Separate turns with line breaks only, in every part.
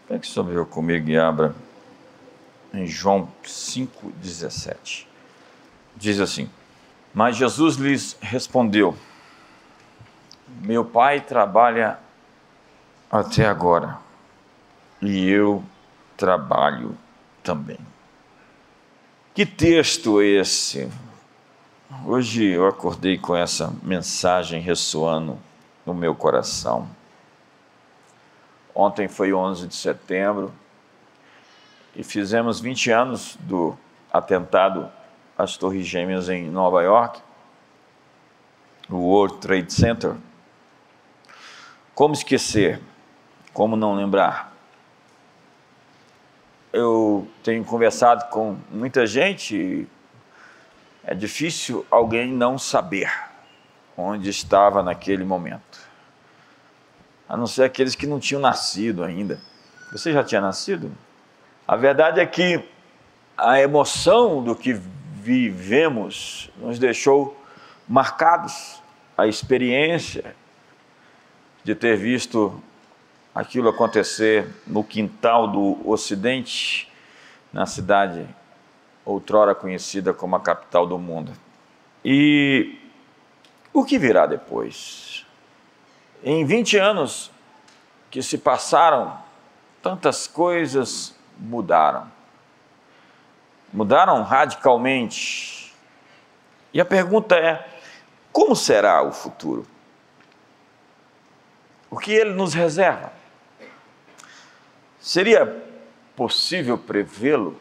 Pegue sua Bíblia comigo e abra em João 5,17. Diz assim: Mas Jesus lhes respondeu: Meu Pai trabalha até agora, e eu trabalho também. Que texto é esse? Hoje eu acordei com essa mensagem ressoando no meu coração. Ontem foi 11 de setembro e fizemos 20 anos do atentado às Torres Gêmeas em Nova York, o World Trade Center. Como esquecer? Como não lembrar? Eu tenho conversado com muita gente e é difícil alguém não saber onde estava naquele momento, a não ser aqueles que não tinham nascido ainda. Você já tinha nascido? A verdade é que a emoção do que vivemos nos deixou marcados. A experiência de ter visto aquilo acontecer no quintal do Ocidente, na cidade outrora conhecida como a capital do mundo. E o que virá depois? Em 20 anos que se passaram, tantas coisas mudaram. Mudaram radicalmente. E a pergunta é: como será o futuro? O que ele nos reserva? Seria possível prevê-lo?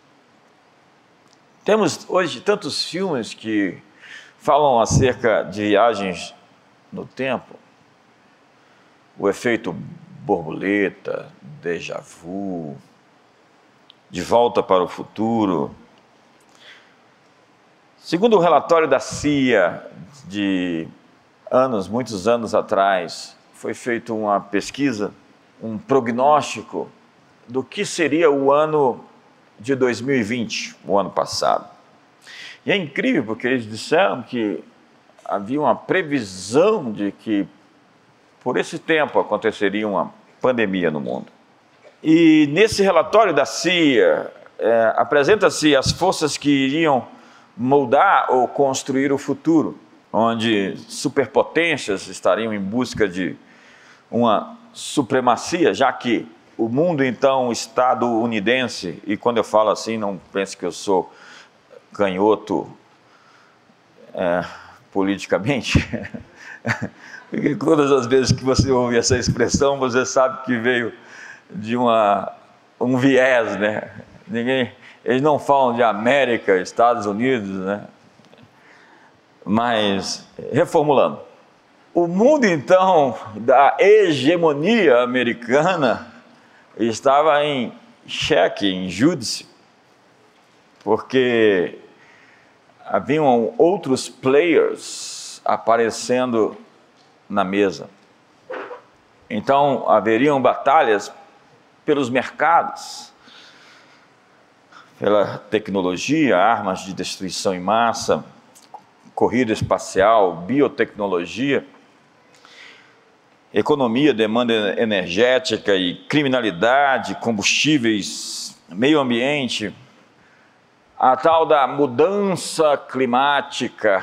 Temos hoje tantos filmes que falam acerca de viagens no tempo, o efeito borboleta, déjà vu, De Volta para o Futuro. Segundo o relatório da CIA de muitos anos atrás, foi feita uma pesquisa, um prognóstico do que seria o ano de 2020, o ano passado. E é incrível porque eles disseram que havia uma previsão de que por esse tempo aconteceria uma pandemia no mundo. E nesse relatório da CIA, apresenta-se as forças que iriam moldar ou construir o futuro, onde superpotências estariam em busca de uma supremacia, já que o mundo, então, estadunidense, e quando eu falo assim, não pense que eu sou canhoto politicamente, porque todas as vezes que você ouve essa expressão, você sabe que veio de um viés, né? Eles não falam de América, Estados Unidos, né? Mas, reformulando, o mundo, então, da hegemonia americana estava em xeque, em júdice, porque haviam outros players aparecendo na mesa. Então, haveriam batalhas pelos mercados, pela tecnologia, armas de destruição em massa, corrida espacial, biotecnologia, economia, demanda energética e criminalidade, combustíveis, meio ambiente, a tal da mudança climática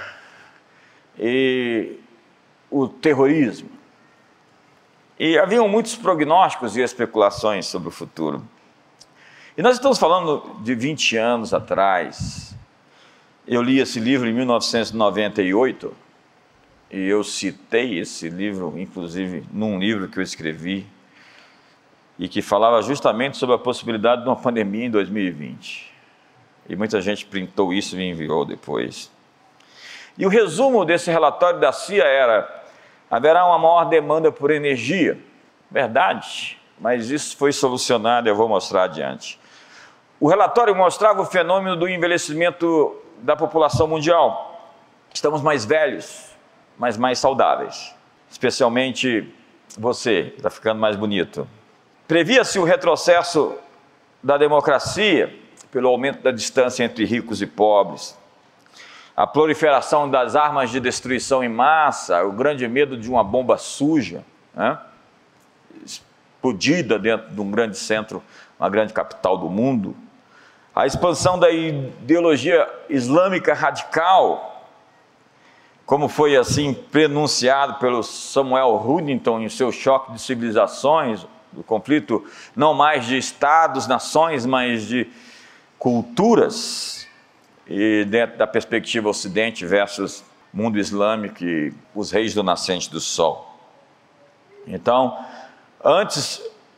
e o terrorismo. E haviam muitos prognósticos e especulações sobre o futuro. E nós estamos falando de 20 anos atrás. Eu li esse livro em 1998, e eu citei esse livro, inclusive, num livro que eu escrevi, e que falava justamente sobre a possibilidade de uma pandemia em 2020. E muita gente printou isso e me enviou depois. E o resumo desse relatório da CIA era: haverá uma maior demanda por energia. Verdade, mas isso foi solucionado e eu vou mostrar adiante. O relatório mostrava o fenômeno do envelhecimento da população mundial. Estamos mais velhos, mas mais saudáveis. Especialmente você, que está ficando mais bonito. Previa-se o retrocesso da democracia pelo aumento da distância entre ricos e pobres. A proliferação das armas de destruição em massa, o grande medo de uma bomba suja, né? explodida dentro de um grande centro, uma grande capital do mundo. A expansão da ideologia islâmica radical, como foi assim pronunciado pelo Samuel Huntington em seu Choque de Civilizações, do conflito não mais de estados, nações, mas de culturas, e dentro da perspectiva Ocidente versus mundo islâmico e os reis do nascente do sol. Então, antes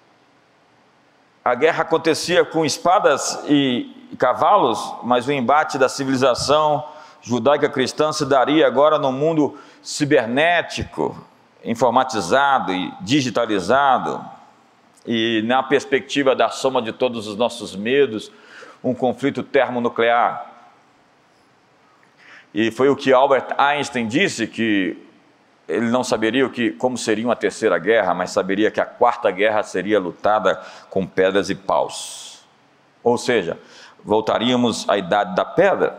a guerra acontecia com espadas e cavalos, mas o embate da civilização judaica cristã se daria agora no mundo cibernético, informatizado e digitalizado, e na perspectiva da soma de todos os nossos medos, um conflito termonuclear. E foi o que Albert Einstein disse, que ele não saberia como seria uma terceira guerra, mas saberia que a quarta guerra seria lutada com pedras e paus. Ou seja, voltaríamos à idade da pedra.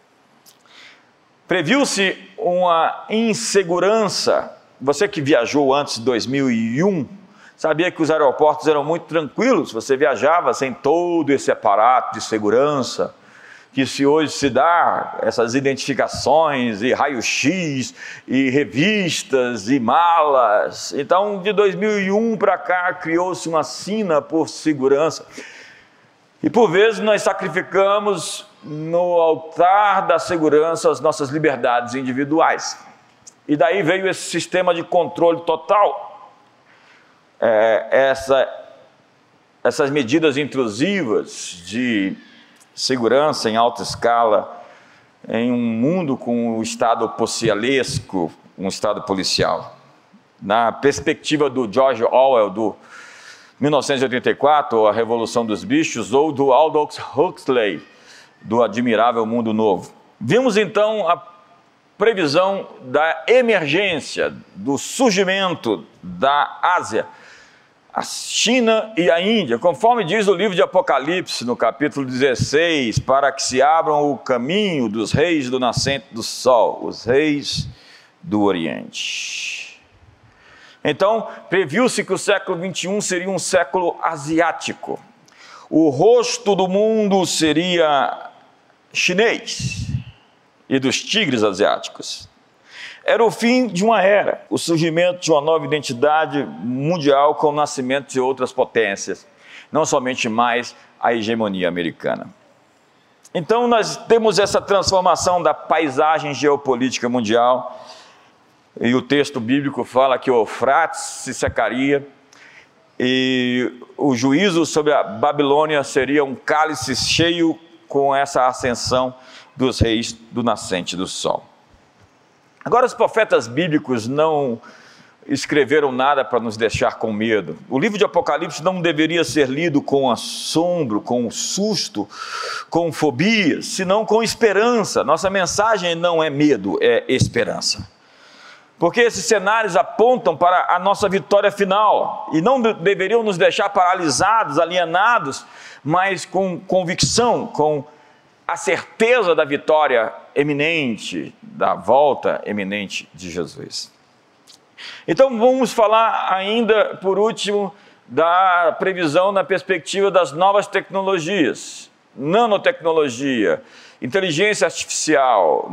Previu-se uma insegurança. Você que viajou antes de 2001, sabia que os aeroportos eram muito tranquilos, você viajava sem todo esse aparato de segurança, que se hoje se dá, essas identificações e raio-x e revistas e malas. Então, de 2001 para cá, criou-se uma sina por segurança. E por vezes nós sacrificamos no altar da segurança as nossas liberdades individuais. E daí veio esse sistema de controle total. Essas medidas intrusivas de segurança em alta escala, em um mundo com o Estado policialesco, um Estado policial. Na perspectiva do George Orwell, do 1984, ou A Revolução dos Bichos, ou do Aldous Huxley, do Admirável Mundo Novo. Vimos então a previsão da emergência, do surgimento da Ásia, a China e a Índia, conforme diz o livro de Apocalipse, no capítulo 16, para que se abram o caminho dos reis do nascente do sol, os reis do Oriente. Então, previu-se que o século XXI seria um século asiático. O rosto do mundo seria chinês e dos tigres asiáticos. Era o fim de uma era, o surgimento de uma nova identidade mundial com o nascimento de outras potências, não somente mais a hegemonia americana. Então nós temos essa transformação da paisagem geopolítica mundial, e o texto bíblico fala que o Eufrates se secaria, e o juízo sobre a Babilônia seria um cálice cheio com essa ascensão dos reis do nascente do sol. Agora, os profetas bíblicos não escreveram nada para nos deixar com medo. O livro de Apocalipse não deveria ser lido com assombro, com susto, com fobia, senão com esperança. Nossa mensagem não é medo, é esperança. Porque esses cenários apontam para a nossa vitória final e não deveriam nos deixar paralisados, alienados, mas com convicção, com a certeza da vitória eminente, da volta eminente de Jesus. Então vamos falar ainda, por último, da previsão na perspectiva das novas tecnologias, nanotecnologia, inteligência artificial,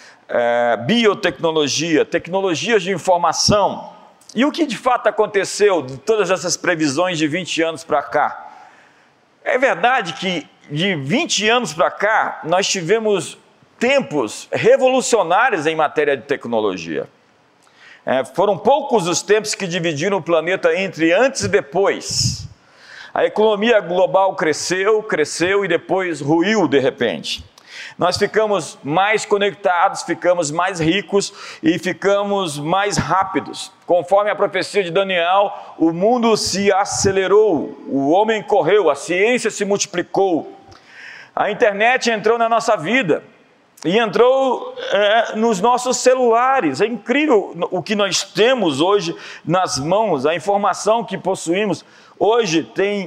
biotecnologia, tecnologias de informação. E o que de fato aconteceu de todas essas previsões de 20 anos para cá? É verdade que de 20 anos para cá, nós tivemos tempos revolucionários em matéria de tecnologia. Foram poucos os tempos que dividiram o planeta entre antes e depois. A economia global cresceu e depois ruiu de repente. Nós ficamos mais conectados, ficamos mais ricos e ficamos mais rápidos. Conforme a profecia de Daniel, o mundo se acelerou, o homem correu, a ciência se multiplicou. A internet entrou na nossa vida e entrou nos nossos celulares. É incrível o que nós temos hoje nas mãos, a informação que possuímos. Hoje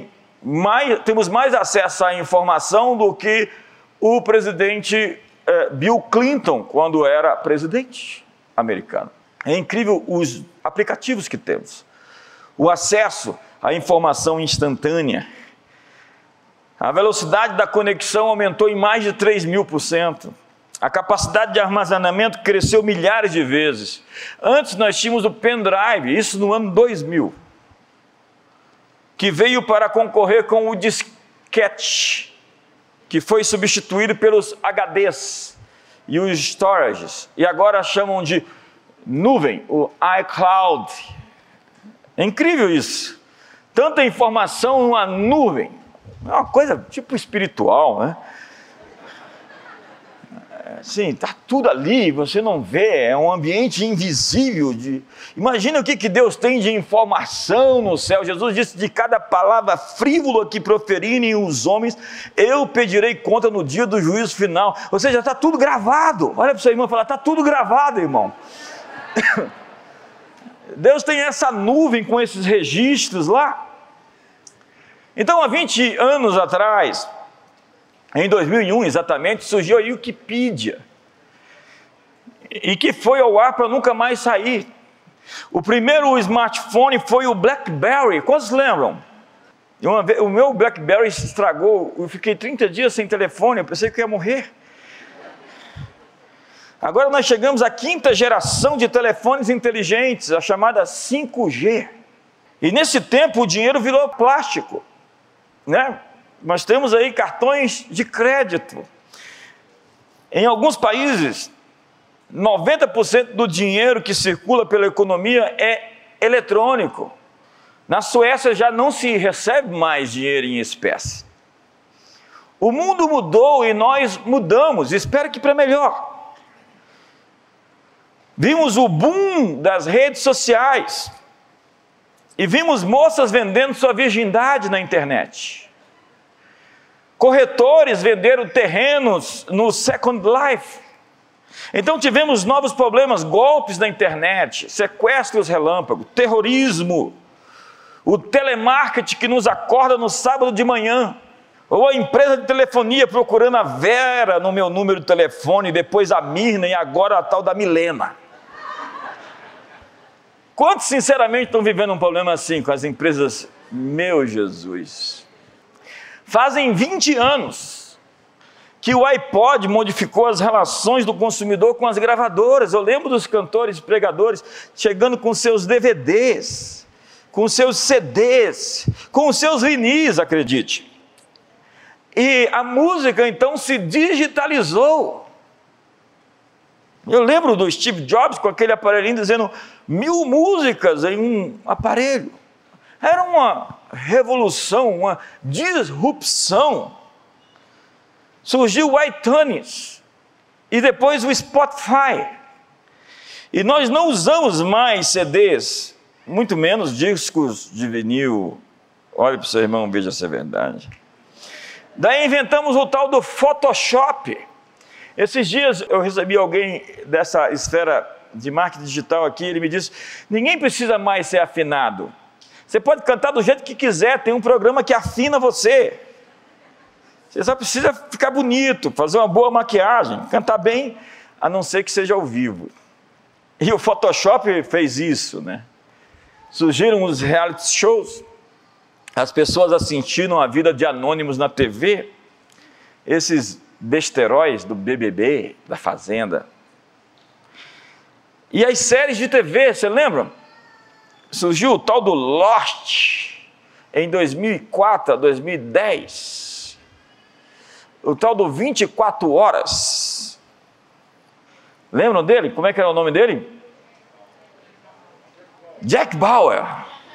temos mais acesso à informação do que o presidente Bill Clinton, quando era presidente americano. É incrível os aplicativos que temos, o acesso a informação instantânea. A velocidade da conexão aumentou em mais de 3.000%. A capacidade de armazenamento cresceu milhares de vezes. Antes nós tínhamos o pendrive, isso no ano 2000, que veio para concorrer com o disquete, que foi substituído pelos HDs e os storages, e agora chamam de nuvem, o iCloud. É incrível isso. Tanta informação numa nuvem. É uma coisa tipo espiritual, né? Sim, está tudo ali, você não vê, é um ambiente invisível. Imagina o que Deus tem de informação no céu. Jesus disse: de cada palavra frívola que proferirem os homens, eu pedirei conta no dia do juízo final. Ou seja, está tudo gravado. Olha para o seu irmão e fala: está tudo gravado, irmão. Deus tem essa nuvem com esses registros lá. Então, há 20 anos atrás, em 2001 exatamente, surgiu a Wikipedia, e que foi ao ar para nunca mais sair. O primeiro smartphone foi o BlackBerry. Quantos lembram? O meu BlackBerry se estragou, eu fiquei 30 dias sem telefone, eu pensei que eu ia morrer. Agora nós chegamos à 5ª geração de telefones inteligentes, a chamada 5G. E nesse tempo o dinheiro virou plástico, né? Nós temos aí cartões de crédito. Em alguns países, 90% do dinheiro que circula pela economia é eletrônico. Na Suécia já não se recebe mais dinheiro em espécie. O mundo mudou e nós mudamos, espero que para melhor. Vimos o boom das redes sociais e vimos moças vendendo sua virgindade na internet. Corretores venderam terrenos no Second Life. Então tivemos novos problemas, golpes na internet, sequestros relâmpago, terrorismo, o telemarketing que nos acorda no sábado de manhã, ou a empresa de telefonia procurando a Vera no meu número de telefone, depois a Mirna e agora a tal da Milena. Quantos sinceramente estão vivendo um problema assim com as empresas? Meu Jesus! Fazem 20 anos que o iPod modificou as relações do consumidor com as gravadoras. Eu lembro dos cantores e pregadores chegando com seus DVDs, com seus CDs, com seus vinis, acredite. E a música então se digitalizou. Eu lembro do Steve Jobs com aquele aparelhinho dizendo 1000 músicas em um aparelho. Era uma revolução, uma disrupção. Surgiu o iTunes e depois o Spotify. E nós não usamos mais CDs, muito menos discos de vinil. Olhe para o seu irmão, veja se é verdade. Daí inventamos o tal do Photoshop. Esses dias eu recebi alguém dessa esfera de marketing digital aqui, ele me disse: ninguém precisa mais ser afinado. Você pode cantar do jeito que quiser, tem um programa que afina você. Você só precisa ficar bonito, fazer uma boa maquiagem, cantar bem, a não ser que seja ao vivo. E o Photoshop fez isso, né? Surgiram os reality shows, as pessoas assistiram a vida de anônimos na TV, esses besteróis do BBB, da Fazenda. E as séries de TV, você lembra? Surgiu o tal do Lost, em 2004 a 2010. O tal do 24 Horas. Lembram dele? Como é que era o nome dele? Jack Bauer.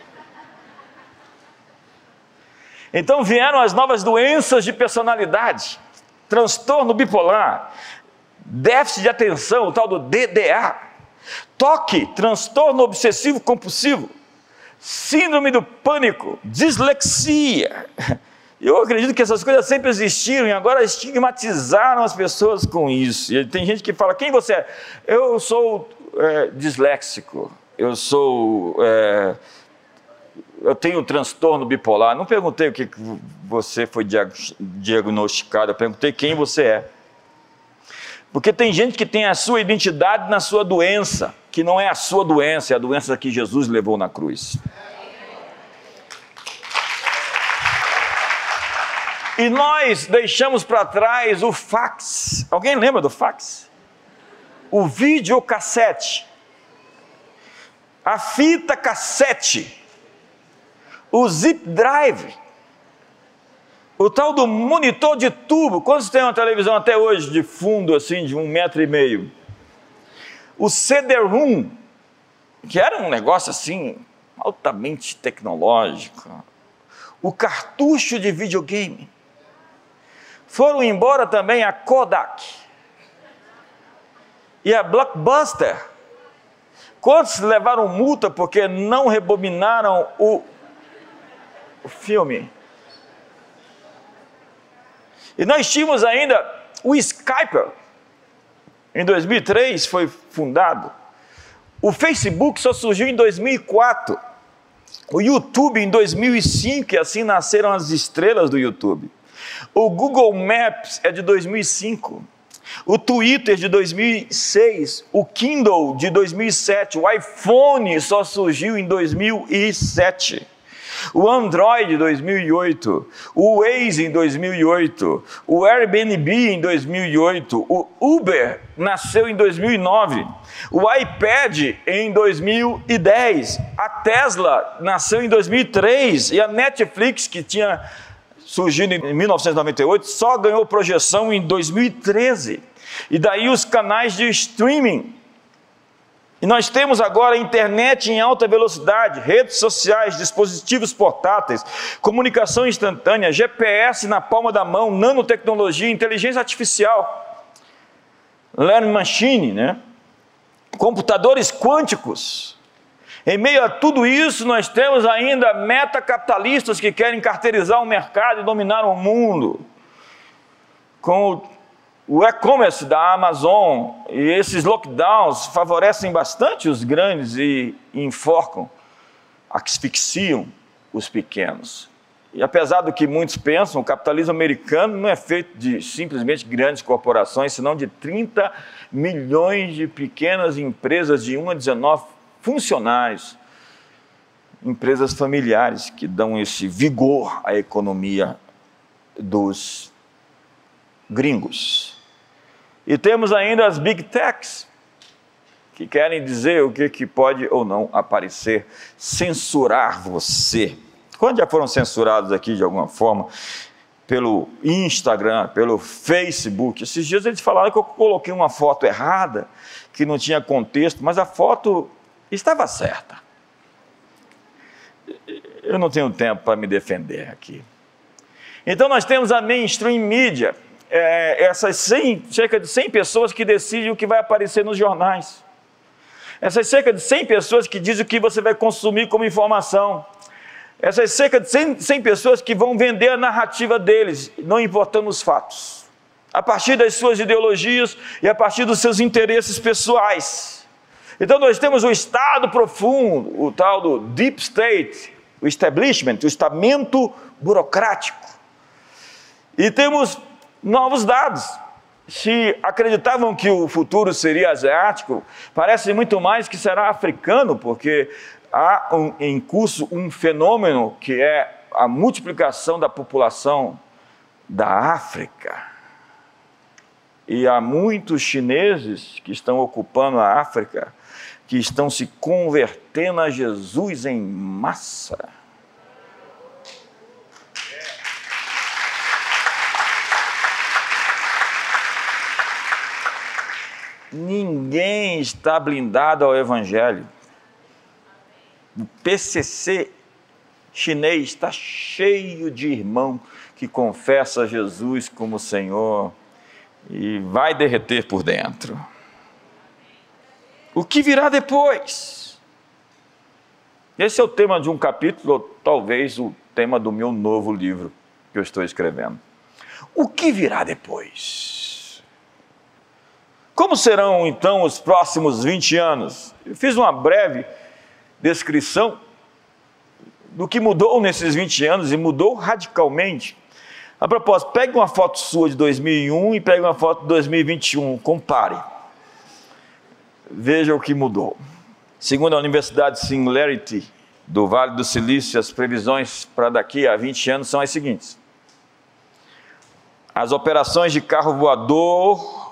Então vieram as novas doenças de personalidade, transtorno bipolar, déficit de atenção, o tal do DDA, TOC, transtorno obsessivo compulsivo, síndrome do pânico, dislexia. Eu acredito que essas coisas sempre existiram e agora estigmatizaram as pessoas com isso. E tem gente que fala: quem você é? Eu sou disléxico, eu tenho transtorno bipolar. Não perguntei o que você foi diagnosticado, eu perguntei quem você é. Porque tem gente que tem a sua identidade na sua doença, que não é a sua doença, é a doença que Jesus levou na cruz. E nós deixamos para trás o fax. Alguém lembra do fax? O videocassete. A fita cassete. O zip drive. O tal do monitor de tubo. Quantos tem uma televisão até hoje de fundo assim de 1,5 metro? O CD-ROM, que era um negócio assim altamente tecnológico. O cartucho de videogame. Foram embora também a Kodak e a Blockbuster. Quantos levaram multa porque não rebobinaram o filme? E nós tínhamos ainda o Skype. Em 2003 foi fundado. O Facebook só surgiu em 2004. O YouTube em 2005, e assim nasceram as estrelas do YouTube. O Google Maps é de 2005. O Twitter de 2006. O Kindle de 2007. O iPhone só surgiu em 2007. O Android em 2008, o Waze em 2008, o Airbnb em 2008, o Uber nasceu em 2009, o iPad em 2010, a Tesla nasceu em 2003 e a Netflix, que tinha surgido em 1998, só ganhou projeção em 2013. E daí os canais de streaming. E nós temos agora a internet em alta velocidade, redes sociais, dispositivos portáteis, comunicação instantânea, GPS na palma da mão, nanotecnologia, inteligência artificial, learning machine, né? Computadores quânticos. Em meio a tudo isso, nós temos ainda metacapitalistas que querem carteirizar o mercado e dominar o mundo. Com o e-commerce da Amazon e esses lockdowns favorecem bastante os grandes e enforcam, asfixiam os pequenos. E apesar do que muitos pensam, o capitalismo americano não é feito de simplesmente grandes corporações, senão de 30 milhões de pequenas empresas de 1 a 19 funcionários, empresas familiares que dão esse vigor à economia dos gringos. E temos ainda as Big Techs, que querem dizer o que pode ou não aparecer, censurar você. Quantos já foram censurados aqui de alguma forma? Pelo Instagram, pelo Facebook. Esses dias eles falaram que eu coloquei uma foto errada, que não tinha contexto, mas a foto estava certa. Eu não tenho tempo para me defender aqui. Então nós temos a mainstream media, essas cerca de 100 pessoas que decidem o que vai aparecer nos jornais. Essas cerca de 100 pessoas que dizem o que você vai consumir como informação. Essas cerca de 100 pessoas que vão vender a narrativa deles, não importando os fatos. A partir das suas ideologias e a partir dos seus interesses pessoais. Então nós temos o Estado profundo, o tal do Deep State, o establishment, o estamento burocrático. E temos novos dados. Se acreditavam que o futuro seria asiático, parece muito mais que será africano, porque há em curso um fenômeno que é a multiplicação da população da África. E há muitos chineses que estão ocupando a África, que estão se convertendo a Jesus em massa. Ninguém está blindado ao Evangelho. O PCC chinês está cheio de irmão que confessa Jesus como Senhor e vai derreter por dentro. O que virá depois? Esse é o tema de um capítulo, ou talvez o tema do meu novo livro que eu estou escrevendo. O que virá depois? Como serão, então, os próximos 20 anos? Eu fiz uma breve descrição do que mudou nesses 20 anos, e mudou radicalmente. A propósito, pegue uma foto sua de 2001 e pegue uma foto de 2021, compare. Veja o que mudou. Segundo a Universidade Singularity do Vale do Silício, as previsões para daqui a 20 anos são as seguintes. As operações de carro voador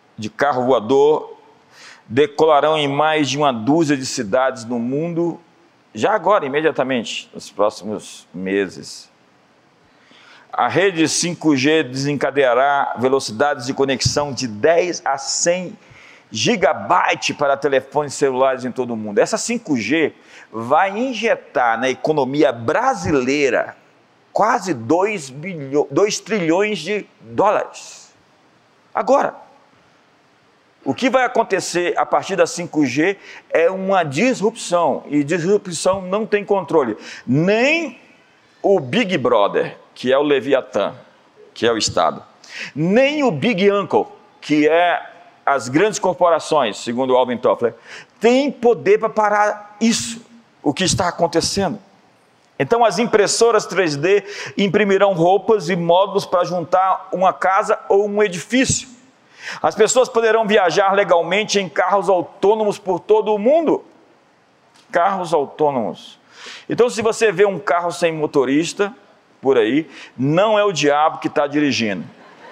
decolarão em mais de 12 de cidades no mundo, já agora, imediatamente, nos próximos meses. A rede 5G desencadeará velocidades de conexão de 10 a 100 gigabytes para telefones celulares em todo o mundo. Essa 5G vai injetar na economia brasileira quase 2 trilhões de dólares. Agora, o que vai acontecer a partir da 5G é uma disrupção, e disrupção não tem controle. Nem o Big Brother, que é o Leviatã, que é o Estado, nem o Big Uncle, que é as grandes corporações, segundo Alvin Toffler, tem poder para parar isso, o que está acontecendo. Então as impressoras 3D imprimirão roupas e módulos para juntar uma casa ou um edifício. As pessoas poderão viajar legalmente em carros autônomos por todo o mundo. Carros autônomos. Então, se você vê um carro sem motorista por aí, não é o diabo que está dirigindo.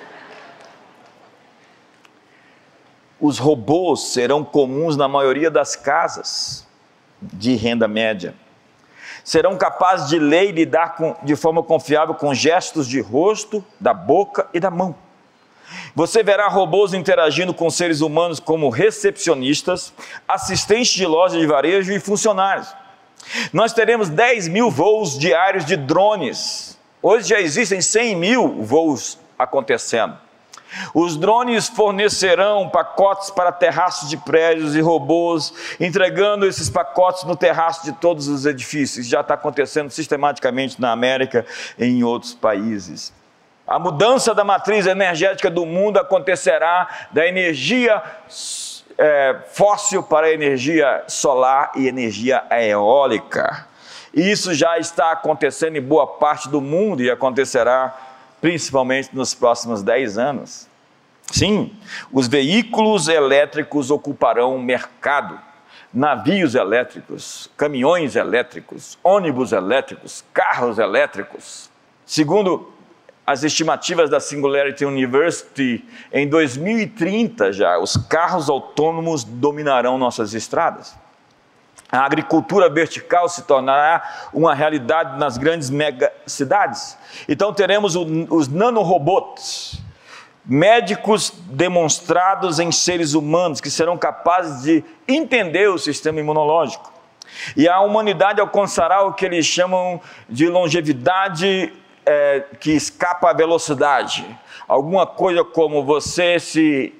Os robôs serão comuns na maioria das casas de renda média. Serão capazes de ler e lidar de forma confiável com gestos de rosto, da boca e da mão. Você verá robôs interagindo com seres humanos como recepcionistas, assistentes de loja de varejo e funcionários. Nós teremos 10 mil voos diários de drones. Hoje já existem 100 mil voos acontecendo. Os drones fornecerão pacotes para terraços de prédios e robôs, entregando esses pacotes no terraço de todos os edifícios. Já está acontecendo sistematicamente na América e em outros países. A mudança da matriz energética do mundo acontecerá da energia fóssil para a energia solar e energia eólica. E isso já está acontecendo em boa parte do mundo e acontecerá principalmente nos próximos 10 anos. Sim, os veículos elétricos ocuparão o mercado. Navios elétricos, caminhões elétricos, ônibus elétricos, carros elétricos. Segundo as estimativas da Singularity University, em 2030 já, os carros autônomos dominarão nossas estradas. A agricultura vertical se tornará uma realidade nas grandes megacidades. Então teremos os nanorobôs, médicos demonstrados em seres humanos que serão capazes de entender o sistema imunológico. E a humanidade alcançará o que eles chamam de longevidade que escapa à velocidade. Alguma coisa como você se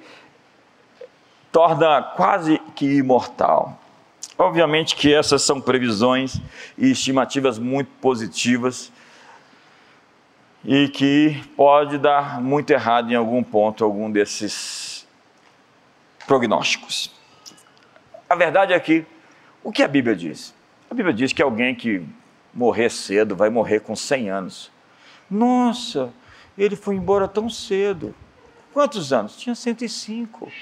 torna quase que imortal. Obviamente que essas são previsões e estimativas muito positivas e que pode dar muito errado em algum ponto, algum desses prognósticos. A verdade é que, o que a Bíblia diz? A Bíblia diz que alguém que morrer cedo vai morrer com 100 anos. Nossa, ele foi embora tão cedo. Quantos anos? Tinha 105.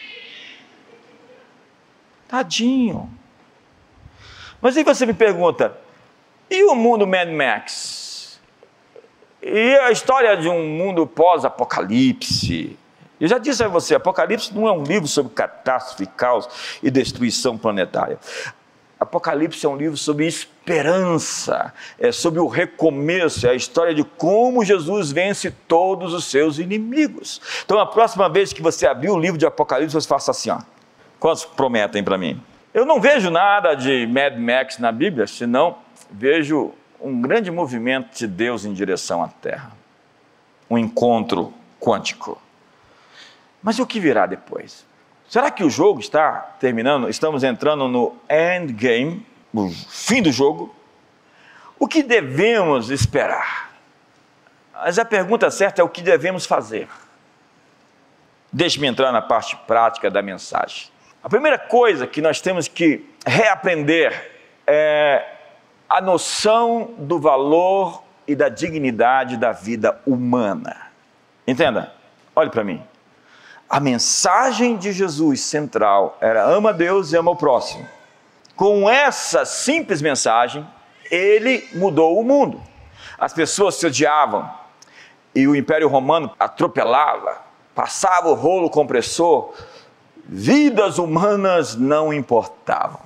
Tadinho. Mas aí você me pergunta, e o mundo Mad Max? E a história de um mundo pós-apocalipse? Eu já disse a você, Apocalipse não é um livro sobre catástrofe, caos e destruição planetária. Apocalipse é um livro sobre esperança, é sobre o recomeço, é a história de como Jesus vence todos os seus inimigos. Então, a próxima vez que você abrir o livro de Apocalipse, você faça assim, ó. Quantos prometem para mim? Eu não vejo nada de Mad Max na Bíblia, senão vejo um grande movimento de Deus em direção à Terra. Um encontro quântico. Mas e o que virá depois? Será que o jogo está terminando? Estamos entrando no endgame, no fim do jogo? O que devemos esperar? Mas a pergunta certa é o que devemos fazer. Deixe-me entrar na parte prática da mensagem. A primeira coisa que nós temos que reaprender é a noção do valor e da dignidade da vida humana. Entenda, olhe para mim. A mensagem de Jesus central era ama a Deus e ama o próximo. Com essa simples mensagem, ele mudou o mundo. As pessoas se odiavam e o Império Romano atropelava, passava o rolo compressor, vidas humanas não importavam.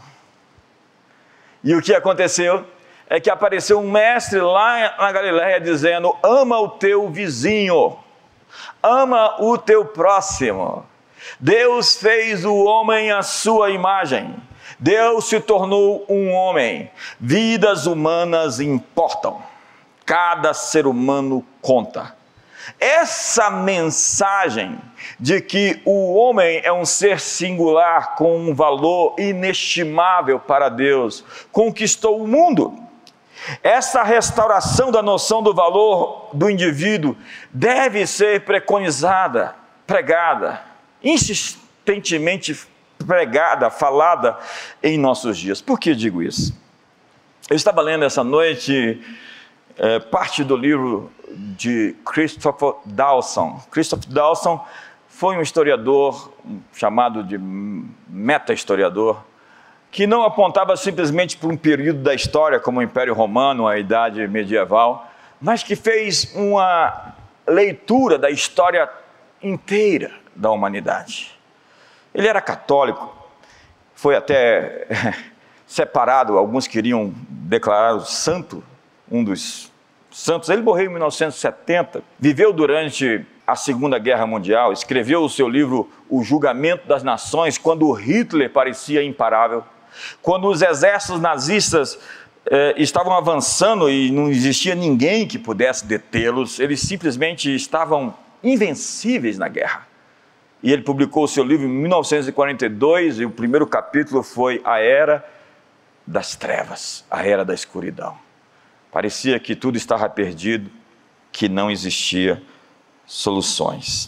E o que aconteceu é que apareceu um mestre lá na Galileia dizendo: ama o teu vizinho, ama o teu próximo. Deus fez o homem à sua imagem. Deus se tornou um homem. Vidas humanas importam. Cada ser humano conta. Essa mensagem de que o homem é um ser singular com um valor inestimável para Deus conquistou o mundo. Essa restauração da noção do valor do indivíduo deve ser preconizada, pregada, insistentemente pregada, falada em nossos dias. Por que digo isso? Eu estava lendo essa noite parte do livro de Christopher Dawson. Christopher Dawson foi um historiador chamado de meta-historiador, que não apontava simplesmente para um período da história como o Império Romano, a Idade Medieval, mas que fez uma leitura da história inteira da humanidade. Ele era católico, foi até separado, alguns queriam declarar o santo, um dos santos. Ele morreu em 1970, viveu durante a Segunda Guerra Mundial, escreveu o seu livro O Julgamento das Nações, quando Hitler parecia imparável, quando os exércitos nazistas estavam avançando e não existia ninguém que pudesse detê-los, eles simplesmente estavam invencíveis na guerra. E ele publicou o seu livro em 1942, e o primeiro capítulo foi A Era das Trevas, a Era da Escuridão. Parecia que tudo estava perdido, que não existia soluções.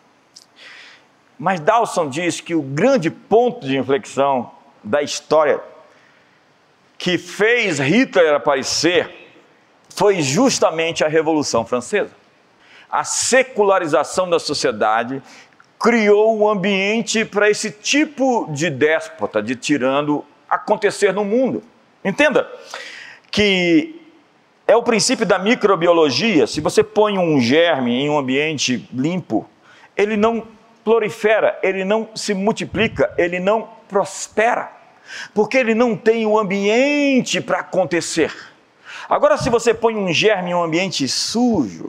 Mas Dawson diz que o grande ponto de inflexão da história que fez Hitler aparecer foi justamente a Revolução Francesa. A secularização da sociedade criou um ambiente para esse tipo de déspota, de tirano, acontecer no mundo. Entenda que é o princípio da microbiologia. Se você põe um germe em um ambiente limpo, ele não prolifera, ele não se multiplica, ele não prospera, porque ele não tem o ambiente para acontecer. Agora, se você põe um germe em um ambiente sujo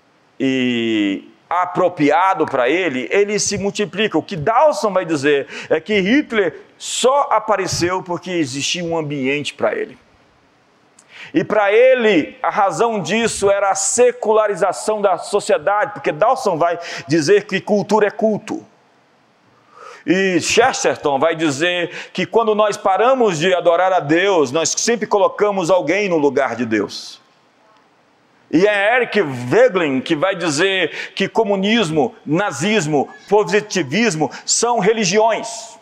e apropriado para ele, ele se multiplica. O que Dawson vai dizer é que Hitler só apareceu porque existia um ambiente para ele. E para ele, a razão disso era a secularização da sociedade, porque Dawson vai dizer que cultura é culto. E Chesterton vai dizer que quando nós paramos de adorar a Deus, nós sempre colocamos alguém no lugar de Deus. E é Eric Voegelin que vai dizer que comunismo, nazismo, positivismo são religiões.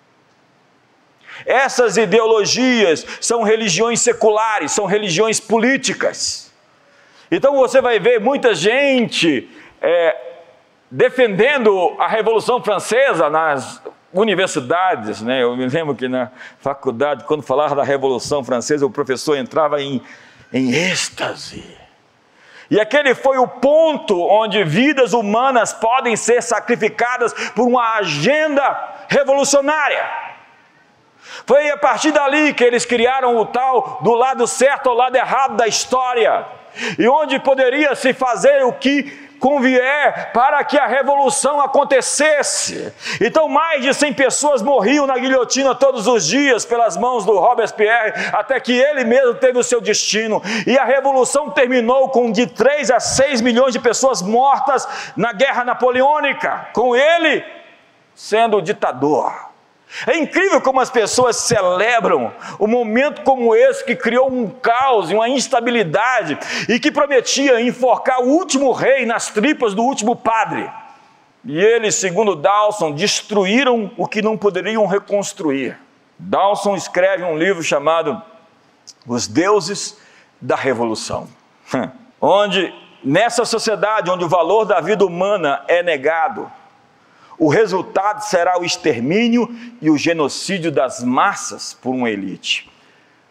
Essas ideologias são religiões seculares, são religiões políticas. Então você vai ver muita gente defendendo a Revolução Francesa nas universidades, né? Eu me lembro que na faculdade, quando falava da Revolução Francesa, o professor entrava em êxtase. E aquele foi o ponto onde vidas humanas podem ser sacrificadas por uma agenda revolucionária. Foi a partir dali que eles criaram o tal do lado certo ou lado errado da história, e onde poderia se fazer o que convier para que a revolução acontecesse. Então mais de 100 pessoas morriam na guilhotina todos os dias pelas mãos do Robespierre, até que ele mesmo teve o seu destino, e a revolução terminou com de 3 a 6 milhões de pessoas mortas na guerra napoleônica, com ele sendo o ditador. É incrível como as pessoas celebram um momento como esse, que criou um caos e uma instabilidade, e que prometia enforcar o último rei nas tripas do último padre. E eles, segundo Dawson, destruíram o que não poderiam reconstruir. Dawson escreve um livro chamado Os Deuses da Revolução, onde nessa sociedade onde o valor da vida humana é negado, o resultado será o extermínio e o genocídio das massas por uma elite.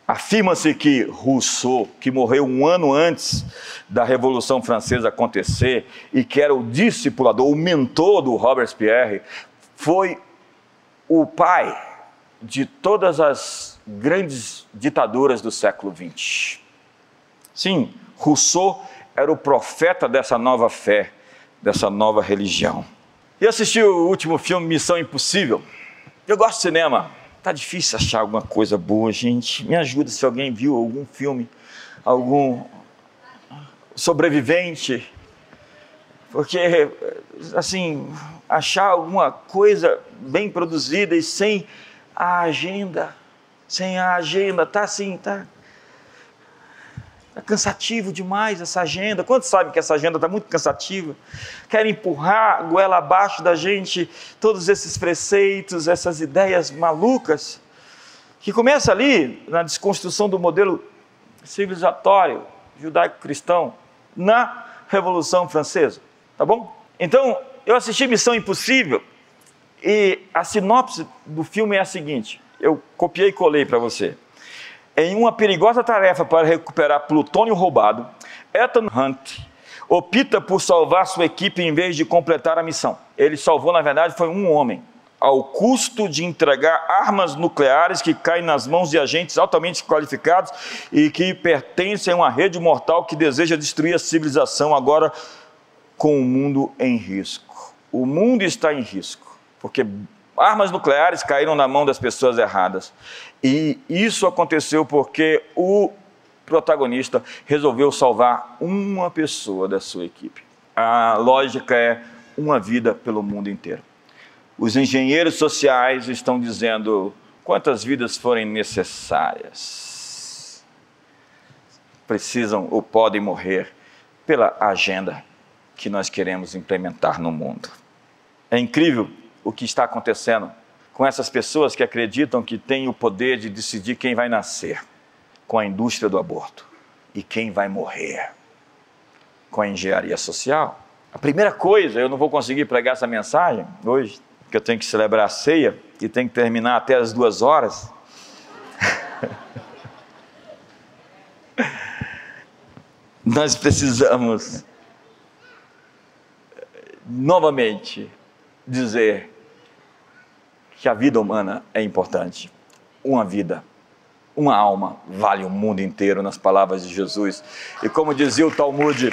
Afirma-se que Rousseau, que morreu um ano antes da Revolução Francesa acontecer e que era o discipulador, o mentor do Robespierre, foi o pai de todas as grandes ditaduras do século XX. Sim, Rousseau era o profeta dessa nova fé, dessa nova religião. E assisti o último filme, Missão Impossível. Eu gosto de cinema. Tá difícil achar alguma coisa boa, gente. Me ajuda se alguém viu algum filme, algum sobrevivente. Porque, assim, achar alguma coisa bem produzida e sem a agenda. Sem a agenda, tá assim, tá cansativo demais essa agenda. Quantos sabem que essa agenda está muito cansativa? Querem empurrar a goela abaixo da gente todos esses preceitos, essas ideias malucas, que começa ali na desconstrução do modelo civilizatório judaico-cristão na Revolução Francesa, tá bom? Então, eu assisti Missão Impossível e a sinopse do filme é a seguinte, eu copiei e colei para você. Em uma perigosa tarefa para recuperar plutônio roubado, Ethan Hunt opta por salvar sua equipe em vez de completar a missão. Ele salvou, na verdade, foi um homem, ao custo de entregar armas nucleares que caem nas mãos de agentes altamente qualificados e que pertencem a uma rede mortal que deseja destruir a civilização agora com o mundo em risco. O mundo está em risco, porque armas nucleares caíram na mão das pessoas erradas. E isso aconteceu porque o protagonista resolveu salvar uma pessoa da sua equipe. A lógica é uma vida pelo mundo inteiro. Os engenheiros sociais estão dizendo quantas vidas forem necessárias. Precisam ou podem morrer pela agenda que nós queremos implementar no mundo. É incrível o que está acontecendo com essas pessoas que acreditam que têm o poder de decidir quem vai nascer, com a indústria do aborto, e quem vai morrer, com a engenharia social. A primeira coisa, eu não vou conseguir pregar essa mensagem hoje, porque eu tenho que celebrar a ceia, e tenho que terminar até as 2 horas. Nós precisamos, novamente, dizer que a vida humana é importante. Uma vida, uma alma, vale o mundo inteiro, nas palavras de Jesus. E como dizia o Talmud,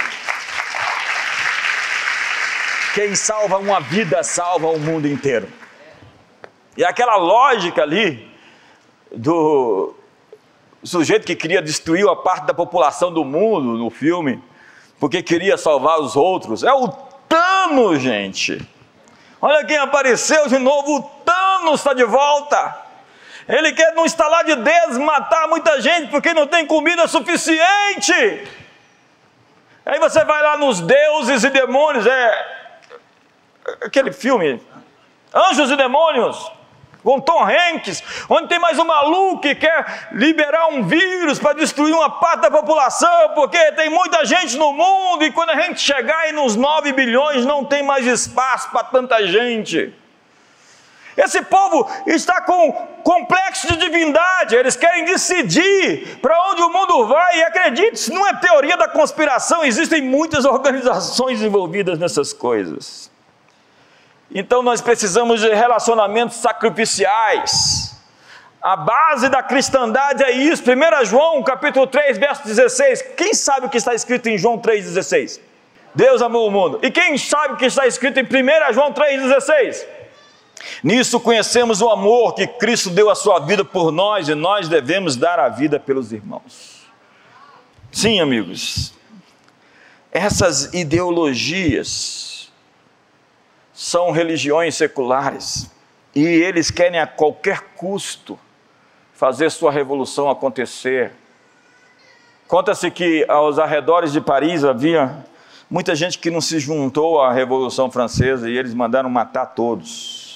quem salva uma vida, salva o mundo inteiro. E aquela lógica ali, do sujeito que queria destruir uma parte da população do mundo, no filme, porque queria salvar os outros, é o Thanos, gente. Olha quem apareceu de novo, o Thanos está de volta. Ele quer num estalar de dedos matar muita gente porque não tem comida suficiente. Aí você vai lá nos Deuses e Demônios, aquele filme, Anjos e Demônios, com Tom Hanks, onde tem mais um maluco que quer liberar um vírus para destruir uma parte da população, porque tem muita gente no mundo, e quando a gente chegar aí nos 9 bilhões, não tem mais espaço para tanta gente. Esse povo está com complexo de divindade, eles querem decidir para onde o mundo vai, e acredite, isso não é teoria da conspiração, existem muitas organizações envolvidas nessas coisas. Então nós precisamos de relacionamentos sacrificiais. A base da cristandade é isso. 1 João, capítulo 3, verso 16. Quem sabe o que está escrito em João 3,16? Deus amou o mundo. E quem sabe o que está escrito em 1 João 3,16? Nisso conhecemos o amor que Cristo deu a sua vida por nós, e nós devemos dar a vida pelos irmãos. Sim, amigos, essas ideologias são religiões seculares, e eles querem a qualquer custo fazer sua revolução acontecer. Conta-se que aos arredores de Paris havia muita gente que não se juntou à Revolução Francesa, e eles mandaram matar todos.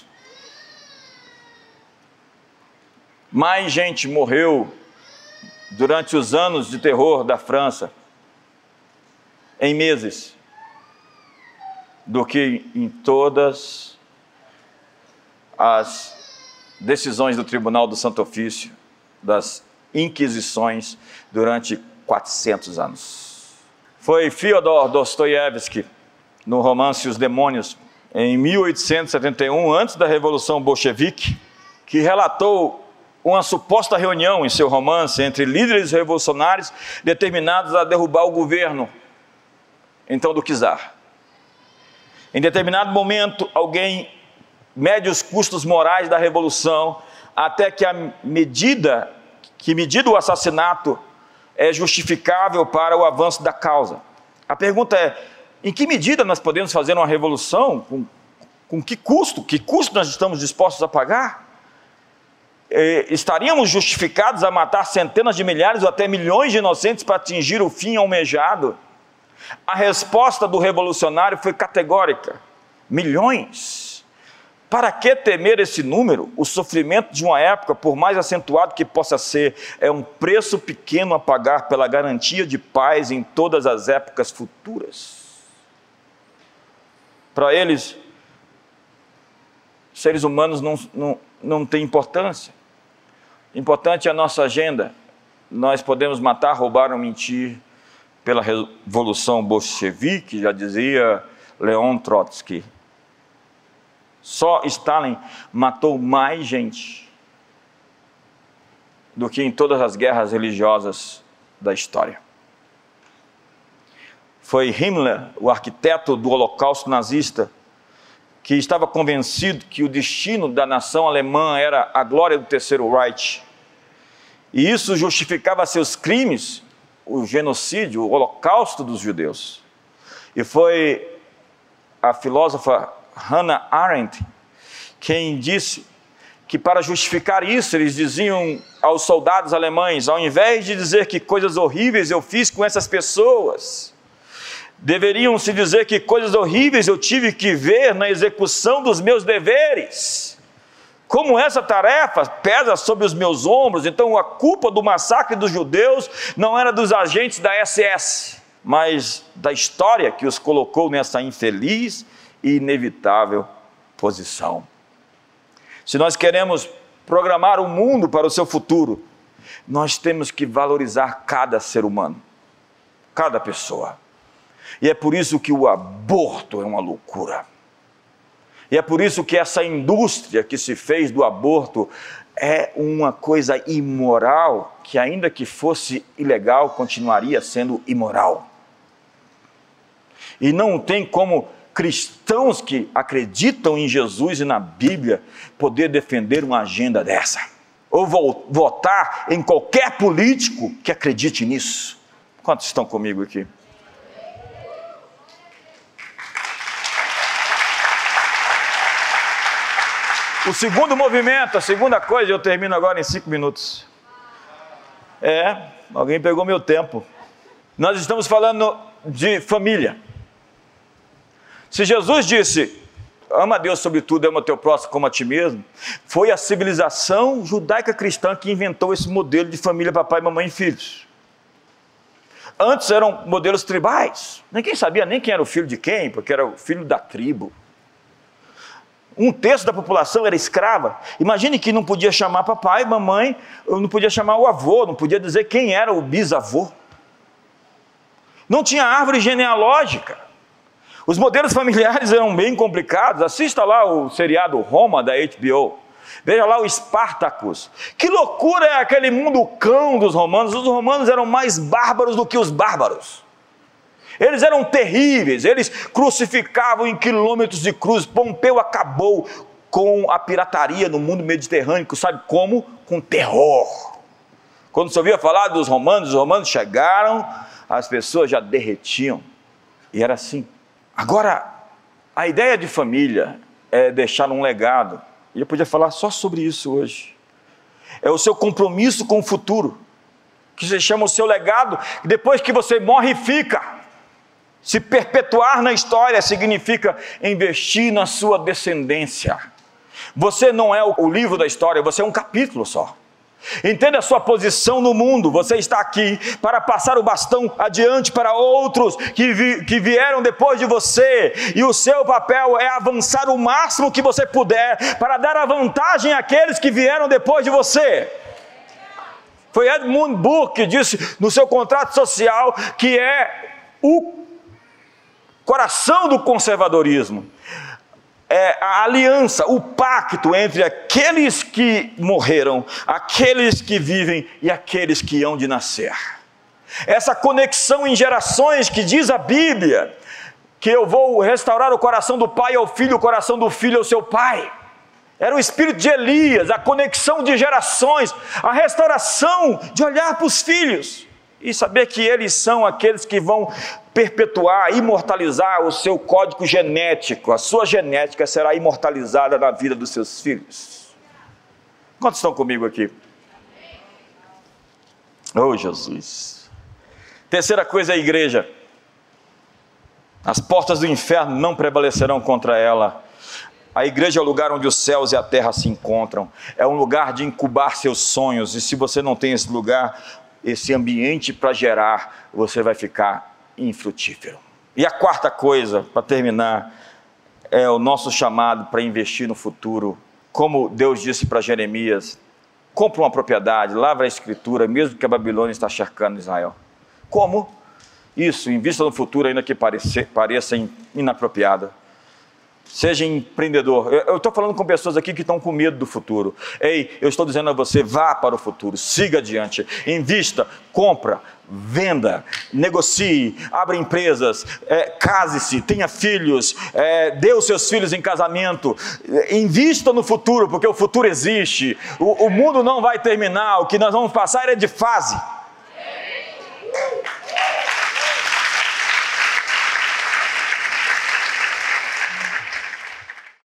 Mais gente morreu durante os anos de terror da França, em meses, do que em todas as decisões do Tribunal do Santo Ofício, das inquisições durante 400 anos. Foi Fyodor Dostoiévski, no romance Os Demônios, em 1871, antes da Revolução Bolchevique, que relatou uma suposta reunião em seu romance entre líderes revolucionários determinados a derrubar o governo, então, do czar. Em determinado momento, alguém mede os custos morais da revolução até que medida o assassinato é justificável para o avanço da causa. A pergunta é, em que medida nós podemos fazer uma revolução? Com que custo? Que custo nós estamos dispostos a pagar? Estaríamos justificados a matar centenas de milhares ou até milhões de inocentes para atingir o fim almejado? A resposta do revolucionário foi categórica: milhões. Para que temer esse número? O sofrimento de uma época, por mais acentuado que possa ser, é um preço pequeno a pagar pela garantia de paz em todas as épocas futuras. Para eles, seres humanos não têm importância. Importante é a nossa agenda. Nós podemos matar, roubar ou mentir pela Revolução Bolchevique, já dizia Leon Trotsky. Só Stalin matou mais gente do que em todas as guerras religiosas da história. Foi Himmler, o arquiteto do Holocausto nazista, que estava convencido que o destino da nação alemã era a glória do Terceiro Reich. E isso justificava seus crimes, o genocídio, o holocausto dos judeus. E foi a filósofa Hannah Arendt quem disse que para justificar isso, eles diziam aos soldados alemães, ao invés de dizer que coisas horríveis eu fiz com essas pessoas, deveriam se dizer que coisas horríveis eu tive que ver na execução dos meus deveres. Como essa tarefa pesa sobre os meus ombros, então a culpa do massacre dos judeus não era dos agentes da SS, mas da história que os colocou nessa infeliz e inevitável posição. Se nós queremos programar o mundo para o seu futuro, nós temos que valorizar cada ser humano, cada pessoa. E é por isso que o aborto é uma loucura. E é por isso que essa indústria que se fez do aborto é uma coisa imoral, que ainda que fosse ilegal, continuaria sendo imoral. E não tem como cristãos que acreditam em Jesus e na Bíblia poder defender uma agenda dessa. Ou votar em qualquer político que acredite nisso. Quantos estão comigo aqui? O segundo movimento, a segunda coisa, eu termino agora em 5 minutos. Alguém pegou meu tempo. Nós estamos falando de família. Se Jesus disse, ama a Deus sobre tudo, ama o teu próximo como a ti mesmo, foi a civilização judaica cristã que inventou esse modelo de família, papai, mamãe e filhos. Antes eram modelos tribais. Ninguém sabia nem quem era o filho de quem, porque era o filho da tribo. 1/3 da população era escrava. Imagine que não podia chamar papai, mamãe, não podia chamar o avô, não podia dizer quem era o bisavô. Não tinha árvore genealógica. Os modelos familiares eram bem complicados. Assista lá o seriado Roma, da HBO. Veja lá o Spartacus. Que loucura é aquele mundo cão dos romanos. Os romanos eram mais bárbaros do que os bárbaros. Eles eram terríveis, eles crucificavam em quilômetros de cruz. Pompeu acabou com a pirataria no mundo mediterrâneo, sabe como? Com terror. Quando se ouvia falar dos romanos, os romanos chegaram, as pessoas já derretiam. E era assim. Agora, a ideia de família é deixar um legado. E eu podia falar só sobre isso hoje. É o seu compromisso com o futuro, que se chama o seu legado, e depois que você morre, fica. Se perpetuar na história significa investir na sua descendência. Você não é o livro da história, você é um capítulo só. Entenda a sua posição no mundo. Você está aqui para passar o bastão adiante para outros que vieram depois de você. E o seu papel é avançar o máximo que você puder para dar a vantagem àqueles que vieram depois de você. Foi Edmund Burke que disse no seu contrato social que é o coração do conservadorismo. É a aliança, o pacto entre aqueles que morreram, aqueles que vivem e aqueles que hão de nascer. Essa conexão em gerações que diz a Bíblia, que eu vou restaurar o coração do pai ao filho, o coração do filho ao seu pai. Era o espírito de Elias, a conexão de gerações, a restauração de olhar para os filhos e saber que eles são aqueles que vão perpetuar, imortalizar o seu código genético. A sua genética será imortalizada na vida dos seus filhos. Quantos estão comigo aqui? Oh, Jesus! Terceira coisa é a igreja. As portas do inferno não prevalecerão contra ela. A igreja é o lugar onde os céus e a terra se encontram. É um lugar de incubar seus sonhos. E se você não tem esse lugar, esse ambiente para gerar, você vai ficar infrutífero. E a quarta coisa, para terminar, é o nosso chamado para investir no futuro. Como Deus disse para Jeremias: compra uma propriedade, lavra a escritura, mesmo que a Babilônia está cercando Israel. Como? Isso, invista no futuro, ainda que pareça inapropriado. Seja empreendedor. Eu estou falando com pessoas aqui que estão com medo do futuro. Ei, eu estou dizendo a você, vá para o futuro, siga adiante, invista, compra, venda, negocie, abra empresas, case-se, tenha filhos, dê os seus filhos em casamento, invista no futuro, porque o futuro existe, o mundo não vai terminar, o que nós vamos passar é de fase.